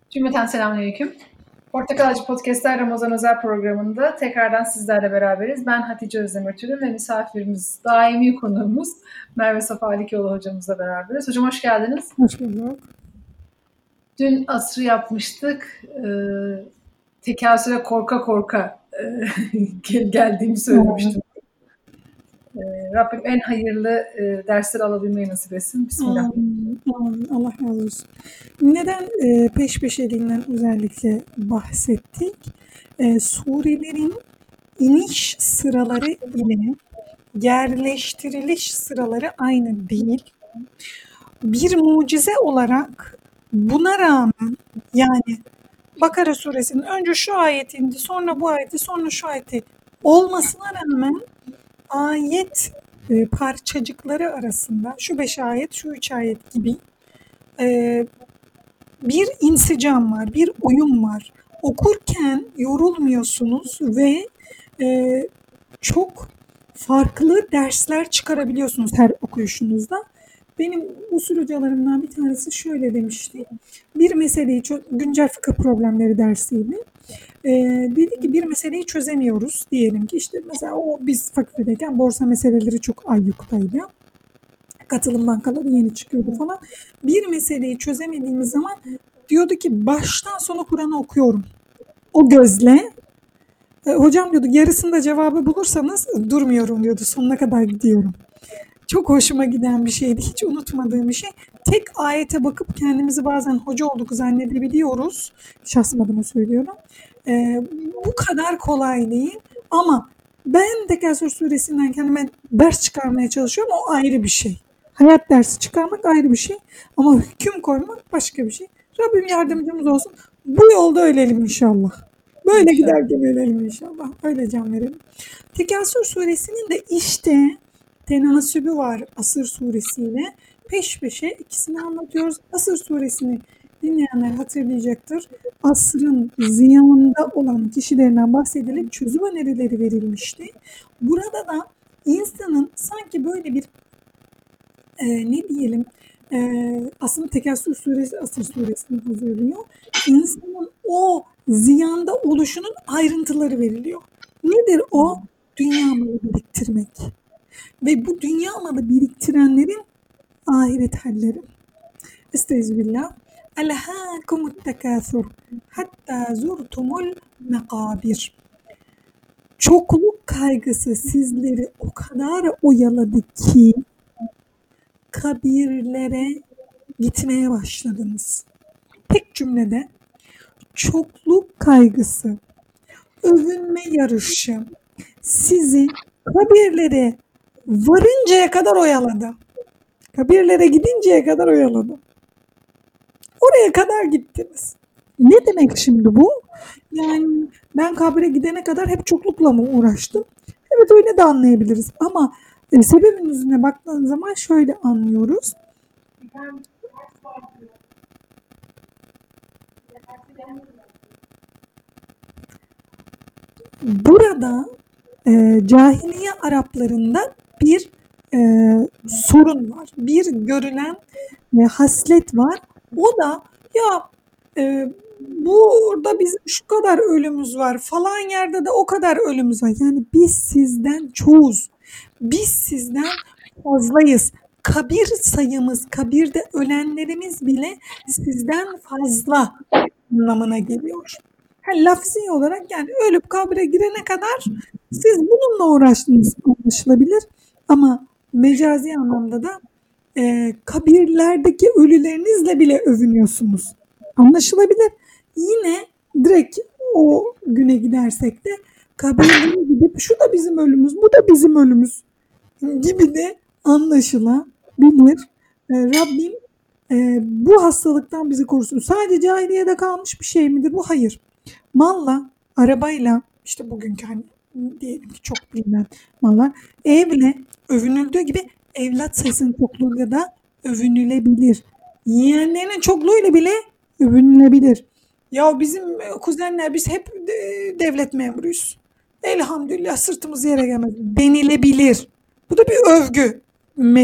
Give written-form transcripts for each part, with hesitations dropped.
Cümleten selamünaleyküm. Portakal Acı Podcast'ler Ramazan özel programında tekrardan sizlerle beraberiz. Ben Hatice Özdemirtürk ve misafirimiz, daimi konuğumuz Merve Safa Alikoğlu hocamızla beraberiz. Hocam hoş geldiniz. Hoş bulduk. Dün asrı yapmıştık. Tekasüle korka korka geldiğimi söylemiştim. Rabbim en hayırlı dersleri alabilmeyi nasip etsin. Bismillah. Amin. Allah razı olsun. Neden peş peşeliğinden özellikle bahsettik? Surelerin iniş sıraları ile yerleştiriliş sıraları aynı değil. Bir mucize olarak buna rağmen, yani Bakara suresinin önce şu ayet indi, sonra bu ayeti, sonra şu ayeti olmasına rağmen ayet parçacıkları arasında şu 5 ayet, şu 3 ayet gibi bir insicam var, bir uyum var. Okurken yorulmuyorsunuz ve çok farklı dersler çıkarabiliyorsunuz her okuyuşunuzda. Benim usul hocalarımdan bir tanesi şöyle demişti. Bir meseleyi, güncel fıkıh problemleri dersiydi. Dedi ki bir meseleyi çözemiyoruz. Diyelim ki işte mesela biz fakültedeyken borsa meseleleri çok ayyuktaydı. Katılım bankaları yeni çıkıyordu falan. Bir meseleyi çözemediğimiz zaman diyordu ki baştan sona Kur'an'ı okuyorum. O gözle. Hocam diyordu yarısında cevabı bulursanız durmuyorum diyordu. Sonuna kadar gidiyorum. Çok hoşuma giden bir şeydi. Hiç unutmadığım bir şey. Tek ayete bakıp kendimizi bazen hoca olduk zannedebiliyoruz. Şahsım adına söylüyorum. Bu kadar kolay değil. Ama ben Tekasür suresinden kendime ders çıkarmaya çalışıyorum. O ayrı bir şey. Hayat dersi çıkarmak ayrı bir şey. Ama hüküm koymak başka bir şey. Rabbim yardımcımız olsun. Bu yolda ölelim inşallah. Böyle giderken ölelim inşallah. Öyle can verelim. Tekasür suresinin de işte tenasübü var Asır suresiyle. Peş peşe ikisini anlatıyoruz. Asır suresini dinleyenler hatırlayacaktır. Asrın ziyanında olan kişilerinden bahsedilip çözüm önerileri verilmişti. Burada da insanın sanki böyle bir ne diyelim aslında Tekasür suresi Asır suresini hazırlıyor. İnsanın o ziyanda oluşunun ayrıntıları veriliyor. Nedir o? Dünya malı biriktirmek. Ve bu dünya malı biriktirenlerin ahiret halleri. Estağfirullah. Elhâkumut tekâthur hattâ zurtumul mekâbir. Çokluk kaygısı sizleri o kadar oyaladı ki kabirlere gitmeye başladınız. Tek cümlede çokluk kaygısı, övünme yarışı sizi kabirlere varıncaya kadar oyaladı. Kabirlere gidinceye kadar oyaladı. Oraya kadar gittiniz. Ne demek şimdi bu? Yani ben kabire gidene kadar hep çoklukla mı uğraştım? Evet öyle de anlayabiliriz. Ama sebebin yüzüne baktığın zaman şöyle anlıyoruz. Burada cahiliye Araplarında bir sorun var. Bir görülen haslet var. O da ya burada bizim şu kadar ölümümüz var. Falan yerde de o kadar ölümümüz var. Yani biz sizden çoğuz. Biz sizden fazlayız. Kabir sayımız, kabirde ölenlerimiz bile sizden fazla anlamına geliyor. Lafzi olarak yani ölüp kabre girene kadar siz bununla uğraştınız anlaşılabilir. Ama mecazi anlamda da kabirlerdeki ölülerinizle bile övünüyorsunuz. Anlaşılabilir. Yine direkt o güne gidersek de kabirlere gidip şu da bizim ölümümüz, bu da bizim ölümümüz gibi de anlaşılabilir. Rabbim bu hastalıktan bizi korusun. Sadece cahiliyede kalmış bir şey midir bu? Hayır. Malla, arabayla, işte bugünkü hani diyelim ki çok bilinen mallar, evle övünüldüğü gibi evlat sayısının çokluğuyla da övünülebilir. Yeğenlerinin çokluğuyla bile övünülebilir. Ya bizim kuzenler biz hep devlet memuruyuz. Elhamdülillah sırtımız yere gelmez denilebilir. Bu da bir övgü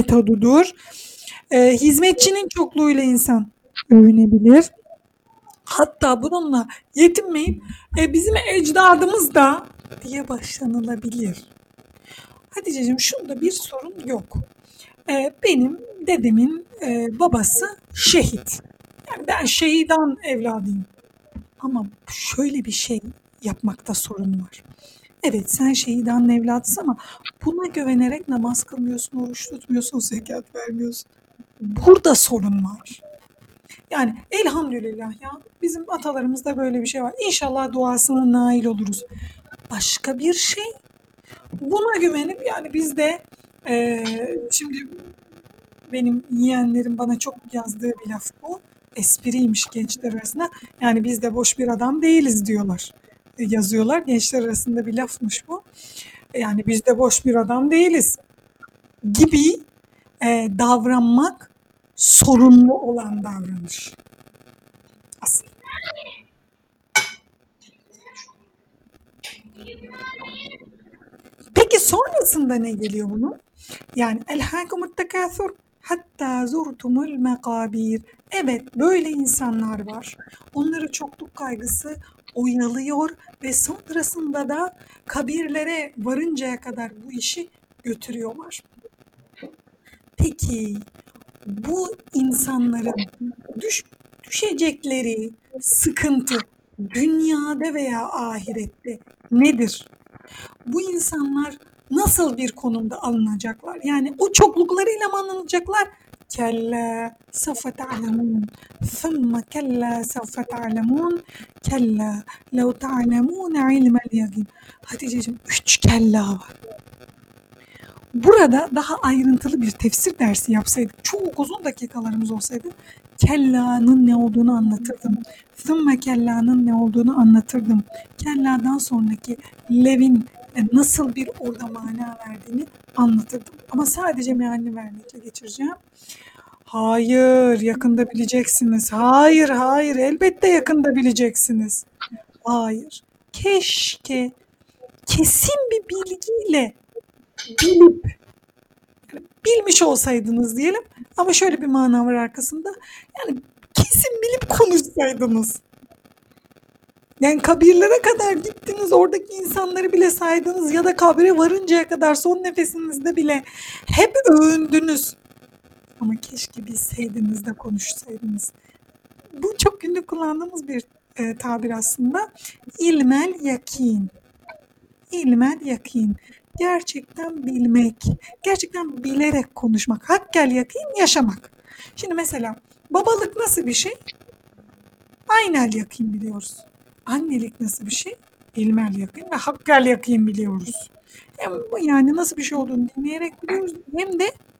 metodudur. Hizmetçinin çokluğuyla insan övünebilir. Hatta bununla yetinmeyip bizim ecdadımız da diye başlanılabilir. Hatice'cim şunda bir sorun yok. Benim dedemin babası şehit. Yani ben şehidan evladıyım. Ama şöyle bir şey yapmakta sorun var. Evet sen şehidanın evladısın ama buna güvenerek namaz kılmıyorsun, oruç tutmuyorsun, zekat vermiyorsun. Burada sorun var. Yani elhamdülillah ya bizim atalarımızda böyle bir şey var. İnşallah duasına nail oluruz. Başka bir şey buna güvenip yani biz de şimdi benim yeğenlerim bana çok yazdığı bir laf bu. Espriymiş gençler arasında. Yani biz de boş bir adam değiliz diyorlar. Yazıyorlar. Gençler arasında bir lafmış bu. Yani biz de boş bir adam değiliz gibi davranmak sorunlu olan davranış. Aslında. Peki sonrasında ne geliyor bunun? Yani elhâkumut tekâthur hattâ zurtumul mekâbir. Evet böyle insanlar var. Onları çokluk kaygısı oyalıyor ve sonrasında da kabirlere varıncaya kadar bu işi götürüyorlar. Peki bu insanların düşecekleri sıkıntı dünyada veya ahirette nedir? Bu insanlar nasıl bir konumda alınacaklar? Yani o çokluklarıyla mı alınacaklar? Kella sevfe ta'lemun thumme kella sevfe ta'lemun kella lev ta'lemun ilmel yakin. Hatice'cim 3 kella var. Burada daha ayrıntılı bir tefsir dersi yapsaydık, çok uzun dakikalarımız olsaydı kella'nın ne olduğunu anlatırdım. Thumme kella'nın ne olduğunu anlatırdım. Kella'dan sonraki levin nasıl bir orada mana verdiğini anlatırdım. Ama sadece mealini vermekle geçireceğim. Hayır, yakında bileceksiniz. Hayır, hayır, elbette yakında bileceksiniz. Hayır, keşke kesin bir bilgiyle bilip bilmiş olsaydınız diyelim ama şöyle bir mana var arkasında yani kesin bilip konuşsaydınız. Yani kabirlere kadar gittiniz oradaki insanları bile saydınız ya da kabre varıncaya kadar son nefesinizde bile hep övündünüz. Ama keşke bilseydiniz de konuşsaydınız. Bu çok günlük kullandığımız bir tabir aslında. İlmel yakin. İlmel yakin. Gerçekten bilmek, gerçekten bilerek konuşmak, hakkel yakin yaşamak. Şimdi mesela babalık nasıl bir şey? Aynel yakin biliyoruz. Annelik nasıl bir şey? İlmel yakin ve hakkel yakin biliyoruz. Hem yani nasıl bir şey olduğunu dinleyerek biliyoruz hem de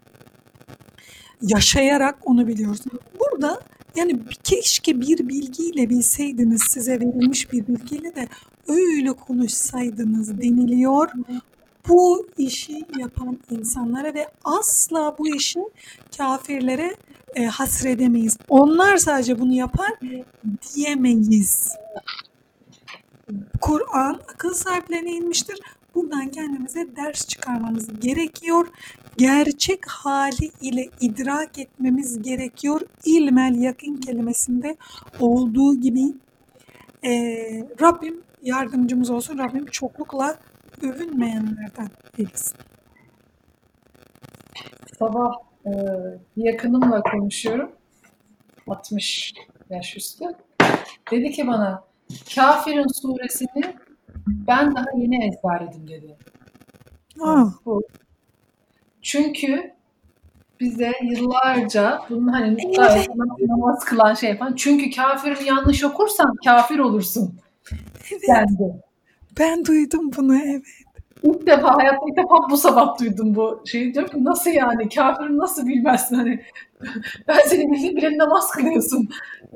yaşayarak onu biliyoruz. Burada yani keşke bir bilgiyle bilseydiniz, size verilmiş bir bilgiyle de öyle konuşsaydınız deniliyor. Bu işi yapan insanlara ve asla bu işi kafirlere hasredemeyiz. Onlar sadece bunu yapar diyemeyiz. Kur'an akıl sahiplerine inmiştir. Buradan kendimize ders çıkarmamız gerekiyor. Gerçek hali ile idrak etmemiz gerekiyor. İlmel yakın kelimesinde olduğu gibi Rabbim yardımcımız olsun. Rabbim çoklukla övünmeyenlerden eylesin. Sabah bir yakınımla konuşuyorum. 60 yaş üstü. Dedi ki bana Kafirun suresini ben daha yeni ezberledim dedi. Bu. Çünkü bize yıllarca bunun hani namaz kılan şey yapan. Çünkü kafirin yanlış okursan kafir olursun. Evet. Dendi. Ben duydum bunu evet. Hayatta ilk defa bu sabah duydum bu şeyi. Diyorum ki nasıl yani? Kafirin nasıl bilmezsin? Hani ben seni bildiğim bile namaz kılıyorsun.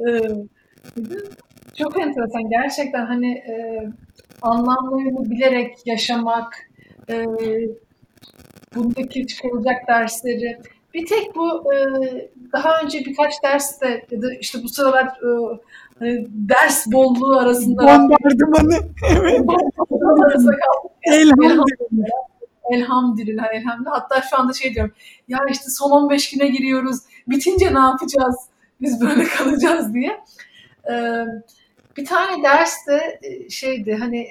Çok enteresan. Gerçekten hani anlamlarını bilerek yaşamak, bundaki çıkarılacak dersleri. Bir tek bu daha önce birkaç derste ya da işte bu sıralar hani ders bolluğu arasında bombardımanı evet. arasında kaldık. Elhamdülillah. Elhamdülillah. Hatta şu anda şey diyorum. Ya işte son 15 güne giriyoruz. Bitince ne yapacağız? Biz böyle kalacağız diye. Bir tane derste şeydi hani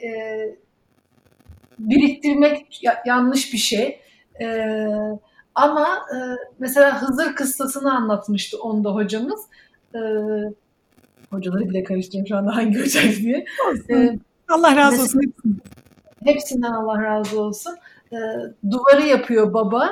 biriktirmek yanlış bir şey. Ama mesela Hızır kıssasını anlatmıştı onda hocamız. Ee, Hocaları bile karıştırıyorum şu anda hangi hoca diye. Olsun. Allah razı Mesela olsun. hepsinden Allah razı olsun. Duvarı yapıyor baba.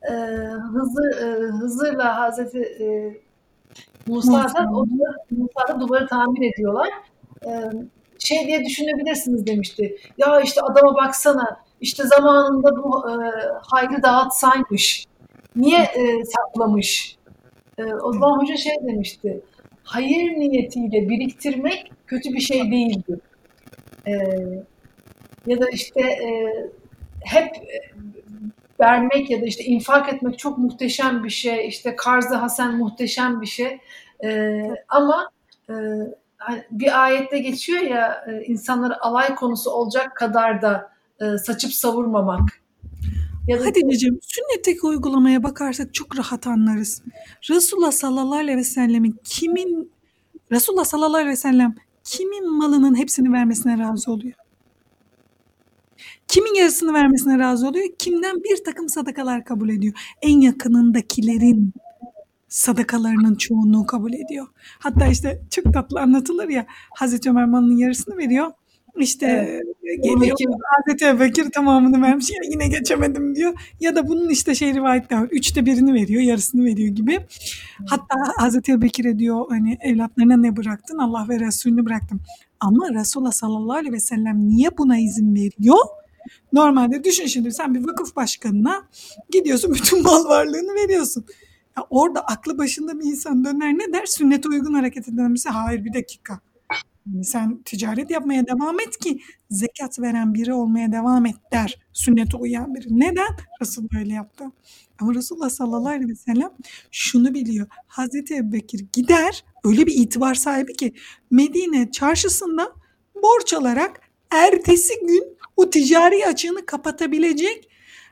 Hızır'la Hazreti Musa Musa. da Musa da duvarı tamir ediyorlar. Şey diye düşünebilirsiniz demişti. Ya işte adama baksana. İşte zamanında bu hayrı dağıtsaymış. Niye saklamış? O zaman hoca şey demişti. Hayır niyetiyle biriktirmek kötü bir şey değildir. E, Ya da işte hep vermek ya da işte infak etmek çok muhteşem bir şey. İşte Karz-ı Hasen muhteşem bir şey. Ama e, bir ayette geçiyor ya insanları alay konusu olacak kadar da saçıp savurmamak. Ya da Hatice'cim, sünnetteki uygulamaya bakarsak çok rahat anlarız. Resulullah sallallahu aleyhi ve sellemin Resulullah sallallahu aleyhi ve sellem kimin malının hepsini vermesine razı oluyor? Kimin yarısını vermesine razı oluyor? Kimden bir takım sadakalar kabul ediyor? En yakınındakilerin sadakalarının çoğunluğu kabul ediyor. Hatta işte çok tatlı anlatılır ya, Hazreti Ömer malının yarısını veriyor. İşte evet, geliyor buradaki Hazreti Ebubekir tamamını vermiş, ya yine geçemedim diyor. Ya da bunun işte rivayetler var. 1/3'ünü veriyor, yarısını veriyor gibi. Hatta Hazreti Ebubekir'e diyor hani evlatlarına ne bıraktın? Allah ve Resulünü bıraktım. Ama Resulullah sallallahu aleyhi ve sellem niye buna izin veriyor? Normalde düşün, şimdi sen bir vakıf başkanına gidiyorsun, bütün mal varlığını veriyorsun. Ya orada aklı başında bir insan döner, ne der? Sünnete uygun hareket eden birisi, hayır bir dakika. Yani sen ticaret yapmaya devam et ki zekat veren biri olmaya devam et der. Sünnete uyan biri. Neden? Resul böyle yaptı. Ama Resulullah sallallahu aleyhi ve sellem şunu biliyor. Hazreti Ebubekir gider, öyle bir itibar sahibi ki Medine çarşısında borç alarak ertesi gün o ticari açığını kapatabilecek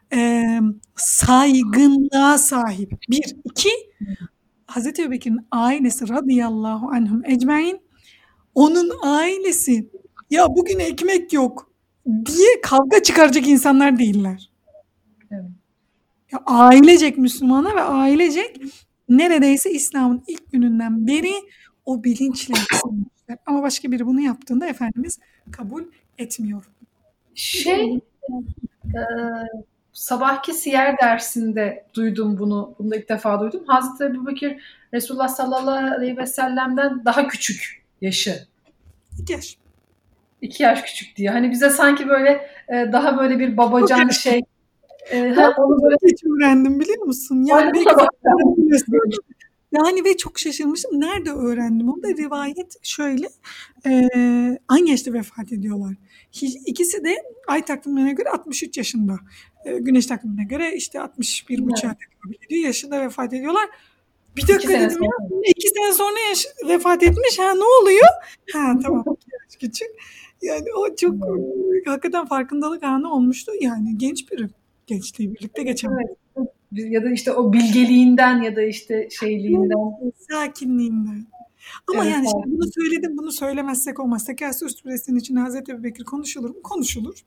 saygınlığa sahip. Bir. İki, Hazreti Ebubekir'in ailesi radıyallahu anhum ecmaîn, onun ailesi ya bugün ekmek yok diye kavga çıkaracak insanlar değiller. evet. Ya ailecek Müslümanlar ve ailecek neredeyse İslam'ın ilk gününden beri o bilinçle yaşamışlar. Ama başka biri bunu yaptığında Efendimiz kabul etmiyor. Şey e, sabahki siyer dersinde duydum bunu. Bunu da ilk defa duydum. Hazreti Ebubekir Resulullah sallallahu aleyhi ve sellem'den daha küçük yaşı. 2 yaş. 2 yaş küçük diye. Hani bize sanki böyle daha böyle bir Çok babacan yaş. şey. Onu Onu böyle geç öğrendim, biliyor musun? Yani ben bu belki sabah sen bilirsin. Yani ve çok şaşırmıştım. Nerede öğrendim onu da? Rivayet şöyle. Aynı yaşta vefat ediyorlar. İkisi de ay takvimine göre 63 yaşında. Güneş takvimine göre işte 61,5'a tekabül ediyor. Yaşında vefat ediyorlar. Bir 2 dakika sene dedim ya. sonra. 2 sene sonra vefat etmiş. Ha, ne oluyor? Ha, tamam. 2 yaş küçük. Yani o çok hakikaten farkındalık anı olmuştu. Yani genç biri. Gençliği birlikte geçen. Evet. Ya da işte o bilgeliğinden ya da işte şeyliğinden. Sakinliğinden. Ama Evet, yani şimdi bunu söyledim, bunu söylemezsek olmaz. Tekasür suresinin içinde Hazreti Ebubekir konuşulur mu? Konuşulur.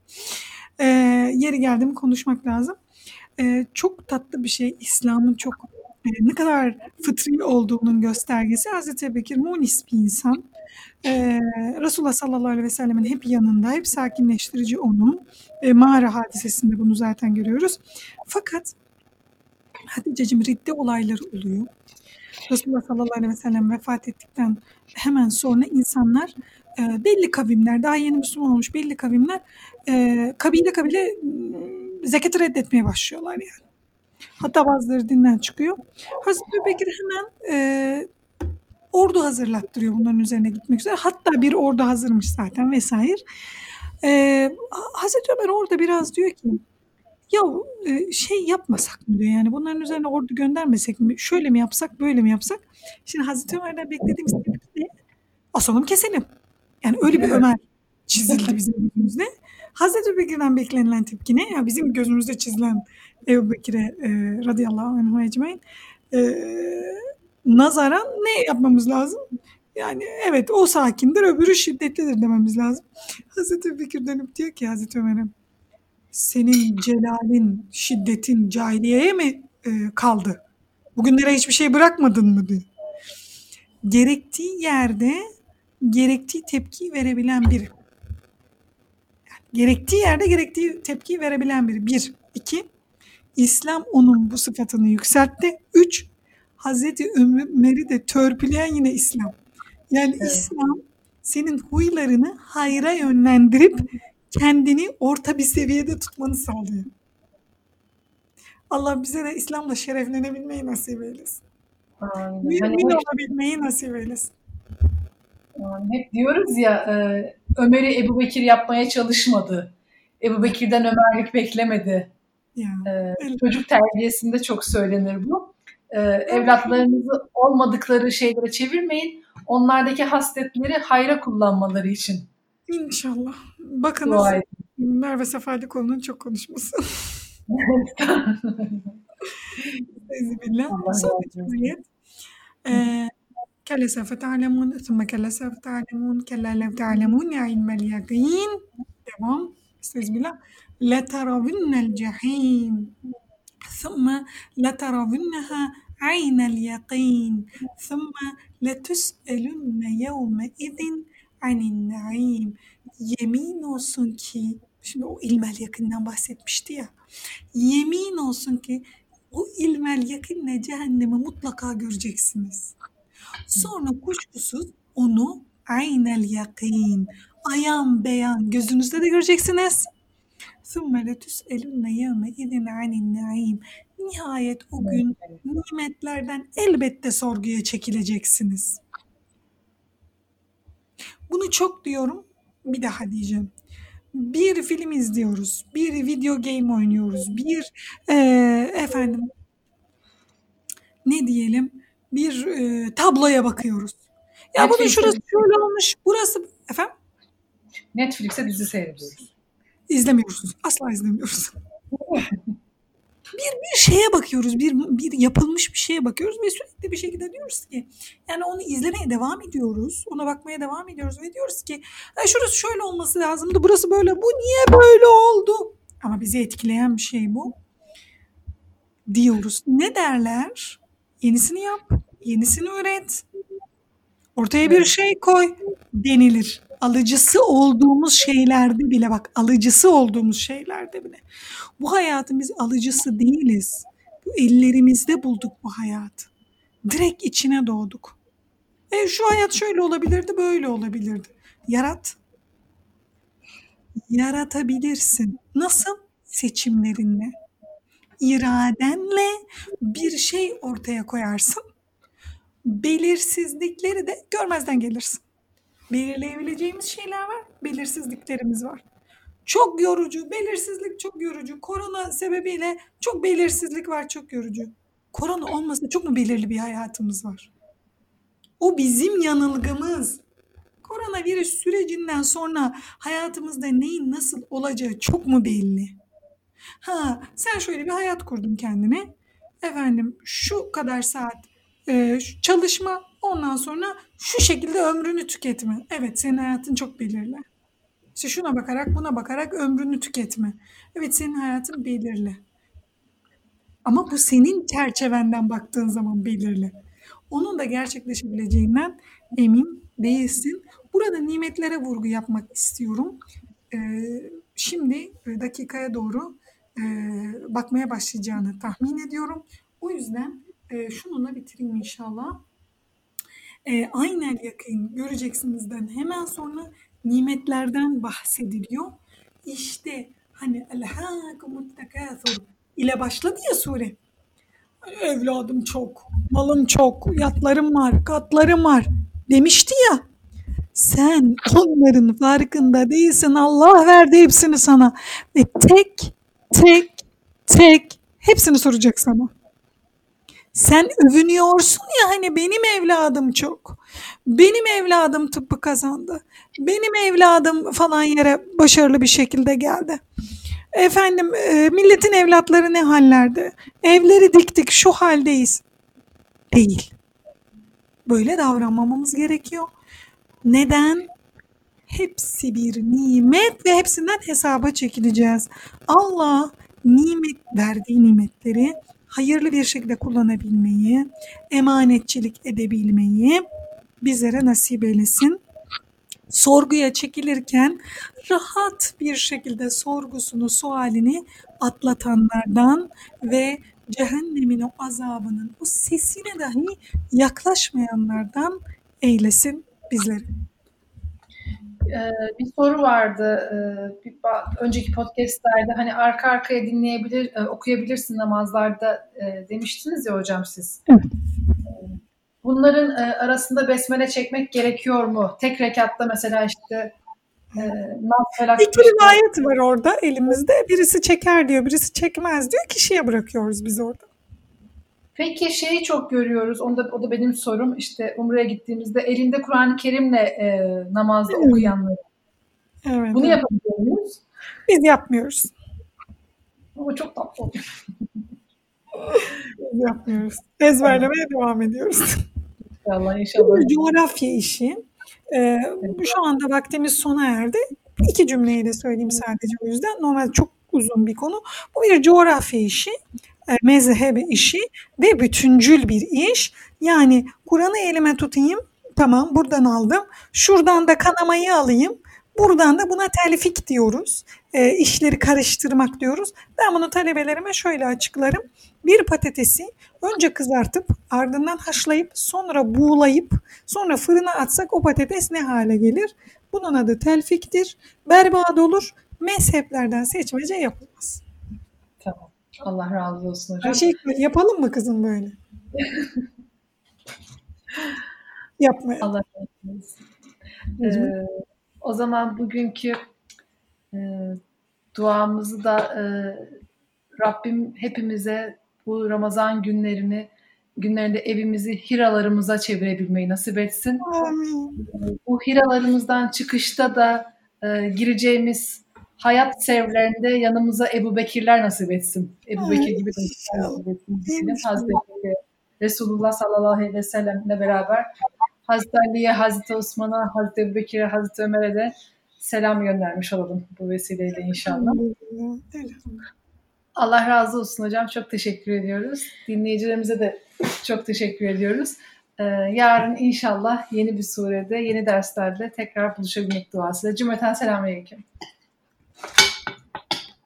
Yeri geldi mi konuşmak lazım. Çok tatlı bir şey. İslam'ın çok ne kadar fıtri olduğunun göstergesi. Hazreti Ebubekir munis bir insan. Resulullah sallallahu aleyhi ve sellemin hep yanında, hep sakinleştirici onu. Mağara hadisesinde bunu zaten görüyoruz. Fakat Hatice'cim, ridde olayları oluyor. Resulullah sallallahu aleyhi ve sellem vefat ettikten hemen sonra insanlar belli kavimler, daha yeni Müslüman olmuş belli kavimler kabile kabile zekatı reddetmeye başlıyorlar yani. Hatta bazıları dinden çıkıyor. Hazreti Ebubekir hemen ordu hazırlattırıyor bunların üzerine gitmek üzere. Hatta bir ordu hazırmış zaten vesaire. Hazreti Ömer orada biraz diyor ki, ya şey yapmasak mı diyor, yani bunların üzerine ordu göndermesek mi? Şöyle mi yapsak, böyle mi yapsak? Şimdi Hazreti Ömer'den beklediğimiz tepki de asalım keselim. Yani öyle bir Ömer çizildi bizim gözümüzde. Hazreti Ebubekir'den beklenilen tepki ne? Ya bizim gözümüzde çizilen Ebubekir'e radıyallahu anh ecmaîn nazaran ne yapmamız lazım? Yani evet o sakindir, öbürü şiddetlidir dememiz lazım. Hazreti Bekir dönüp diyor ki Hazreti Ömer'e, senin celalin, şiddetin cahiliyeye mi kaldı? Bugünlere hiçbir şey bırakmadın mı diyor. Gerektiği yerde gerektiği tepkiyi verebilen biri. Gerektiği yerde gerektiği tepkiyi verebilen biri. 1. 2. İslam onun bu sıfatını yükseltti. 3. Hazreti Ömer'i de törpüleyen yine İslam. Yani Evet. İslam senin huylarını hayra yönlendirip kendini orta bir seviyede tutmanı sağlıyor. Allah bize de İslam'la şereflenebilmeyi nasip eylesin. Aynen. Hani Mümin hep, olabilmeyi nasip eylesin. hep diyoruz ya, Ömer'i Ebu Bekir yapmaya çalışmadı. Ebu Bekir'den Ömerlik beklemedi. Ya, Çocuk terbiyesinde çok söylenir bu. Evlatlarınızı olmadıkları şeylere çevirmeyin. Onlardaki hasletleri hayra kullanmaları için İnşallah. Bakınız dua edin. Merve Sefalikoğlu'nun çok konuşması. Estağfirullah. Allah Son razı bir olsun. ayet. كلا سوف تعلمون ثم كلا سوف تعلمون كلا لو تعلمون علم اليقين تمام استعذ بالله لترون الجحيم ثم لترونها عين اليقين ثم لتسألن يومئذ عن النعيم. Yemin olsun ki, şimdi o ilmel yakından bahsetmişti ya, yemin olsun ki o ilmel yakınla cehennemi mutlaka göreceksiniz. Sonra kuşkusuz onu aynel yakin, ayan beyan gözünüzde de göreceksiniz. ثُمَّ لَتُسْأَلُنَّ يَوْمَئِذٍ عَنِ النَّعِيمِ. Nihayet o gün nimetlerden elbette sorguya çekileceksiniz. Bunu çok diyorum, bir daha diyeceğim. Bir film izliyoruz, bir video game oynuyoruz, bir efendim ne diyelim, bir tabloya bakıyoruz. Ya bunun Netflix'te, şurası şöyle olmuş, burası efendim Netflix'te dizi seyrediyoruz. izlemiyoruz, asla izlemiyoruz. Bir şeye bakıyoruz, bir yapılmış bir şeye bakıyoruz ve sürekli bir şekilde diyoruz ki, yani onu izlemeye devam ediyoruz, ona bakmaya devam ediyoruz ve diyoruz ki, şurası şöyle olması lazımdı, burası böyle, bu niye böyle oldu? Ama bizi etkileyen bir şey bu. Diyoruz. Ne derler? Yenisini yap, yenisini üret, ortaya bir Evet. şey koy denilir. Alıcısı olduğumuz şeylerde bile, bak alıcısı olduğumuz şeylerde bile. Bu hayatın biz alıcısı değiliz. Bu ellerimizde bulduk bu hayatı. Direkt içine doğduk. Şu hayat şöyle olabilirdi, böyle olabilirdi. Yarat. Yaratabilirsin. Nasıl? Seçimlerinle, iradenle bir şey ortaya koyarsın. Belirsizlikleri de görmezden gelirsin. Belirleyebileceğimiz şeyler var, belirsizliklerimiz var. Çok yorucu, belirsizlik çok yorucu. Korona sebebiyle çok belirsizlik var, çok yorucu. Korona olmasa çok mu belirli bir hayatımız var? O bizim yanılgımız. Koronavirüs sürecinden sonra hayatımızda neyin nasıl olacağı çok mu belli? Sen şöyle bir hayat kurdun kendine. Efendim şu kadar saat çalışma, ondan sonra şu şekilde ömrünü tüketme. Evet, senin hayatın çok belirli. İşte şuna bakarak buna bakarak ömrünü tüketme. Evet, senin hayatın belirli. Ama bu senin çerçevenden baktığın zaman belirli. Onun da gerçekleşebileceğinden emin değilsin. Burada nimetlere vurgu yapmak istiyorum. Şimdi dakikaya doğru bakmaya başlayacağını tahmin ediyorum. O yüzden şununla bitireyim inşallah. Aynel yakın göreceksinizden hemen sonra nimetlerden bahsediliyor. İşte hani elhâkumut tekâthur ile başladı ya sure. Evladım çok, malım çok, yatlarım var, katlarım var demişti ya. Sen onların farkında değilsin. Allah verdi hepsini sana. Ve tek hepsini soracak sana. Sen övünüyorsun ya, hani benim evladım çok. Benim evladım tıbbı kazandı. Benim evladım falan yere başarılı bir şekilde geldi. Efendim milletin evlatları ne hallerde? Evleri diktik, şu haldeyiz. Değil. böyle davranmamamız gerekiyor. Neden? Hepsi bir nimet ve hepsinden hesaba çekileceğiz. Allah verdiği nimetleri hayırlı bir şekilde kullanabilmeyi, emanetçilik edebilmeyi bizlere nasip eylesin. Sorguya çekilirken rahat bir şekilde sorgusunu, sualini atlatanlardan ve cehennemin o azabının o sesine dahi yaklaşmayanlardan eylesin bizleri. Bir soru vardı. Önceki podcastlerde hani arka arkaya okuyabilirsin namazlarda demiştiniz ya hocam siz. Evet. Bunların arasında besmele çekmek gerekiyor mu? Tek rekatta mesela işte Nas Felak. İki rivayet var orada elimizde. Birisi çeker diyor, birisi çekmez diyor. Kişiye bırakıyoruz biz orada. Peki şeyi çok görüyoruz. O da benim sorum. İşte Umre'ye gittiğimizde elinde Kur'an-ı Kerim'le namazda okuyanlar. Evet, Bunu yapabiliyor muyuz? Biz yapmıyoruz. Ama çok tatlı oluyor. Biz yapmıyoruz. Ezberlemeye devam ediyoruz. İnşallah. Coğrafya işi. Şu anda vaktimiz sona erdi. 2 cümleyi de söyleyeyim sadece o yüzden. Normalde çok uzun bir konu. Bu bir coğrafya işi, mezhep işi ve bütüncül bir iş. Yani Kur'an'ı elime tutayım, tamam buradan aldım. Şuradan da kanamayı alayım. Buradan da buna telfik diyoruz. İşleri karıştırmak diyoruz. Ben bunu talebelerime şöyle açıklarım. Bir patatesi önce kızartıp ardından haşlayıp sonra buğulayıp sonra fırına atsak o patates ne hale gelir? Bunun adı telfiktir. Berbat olur. Mezheplerden seçmece yapılmaz. Tamam. Allah razı olsun hocam. Yapalım mı kızım böyle? Yapmayalım. Allah razı olsun. O zaman bugünkü duamızı da Rabbim hepimize bu Ramazan günlerinde evimizi hiralarımıza çevirebilmeyi nasip etsin. Amin. Bu hiralarımızdan çıkışta da gireceğimiz hayat sevlerinde yanımıza Ebu Bekirler nasip etsin. Ebu Bekir gibi de nasip etsin. Hazreti Resulullah sallallahu aleyhi ve sellem'le beraber Hazreti Ali'ye, Hazreti Osman'a, Hazreti Ebu Bekir'e, Hazreti Ömer'e de selam göndermiş olalım bu vesileyle inşallah. Allah razı olsun hocam. Çok teşekkür ediyoruz. Dinleyicilerimize de çok teşekkür ediyoruz. Yarın inşallah yeni bir surede, yeni derslerde tekrar buluşabilmek duasıyla. Cümleten selamünaleyküm.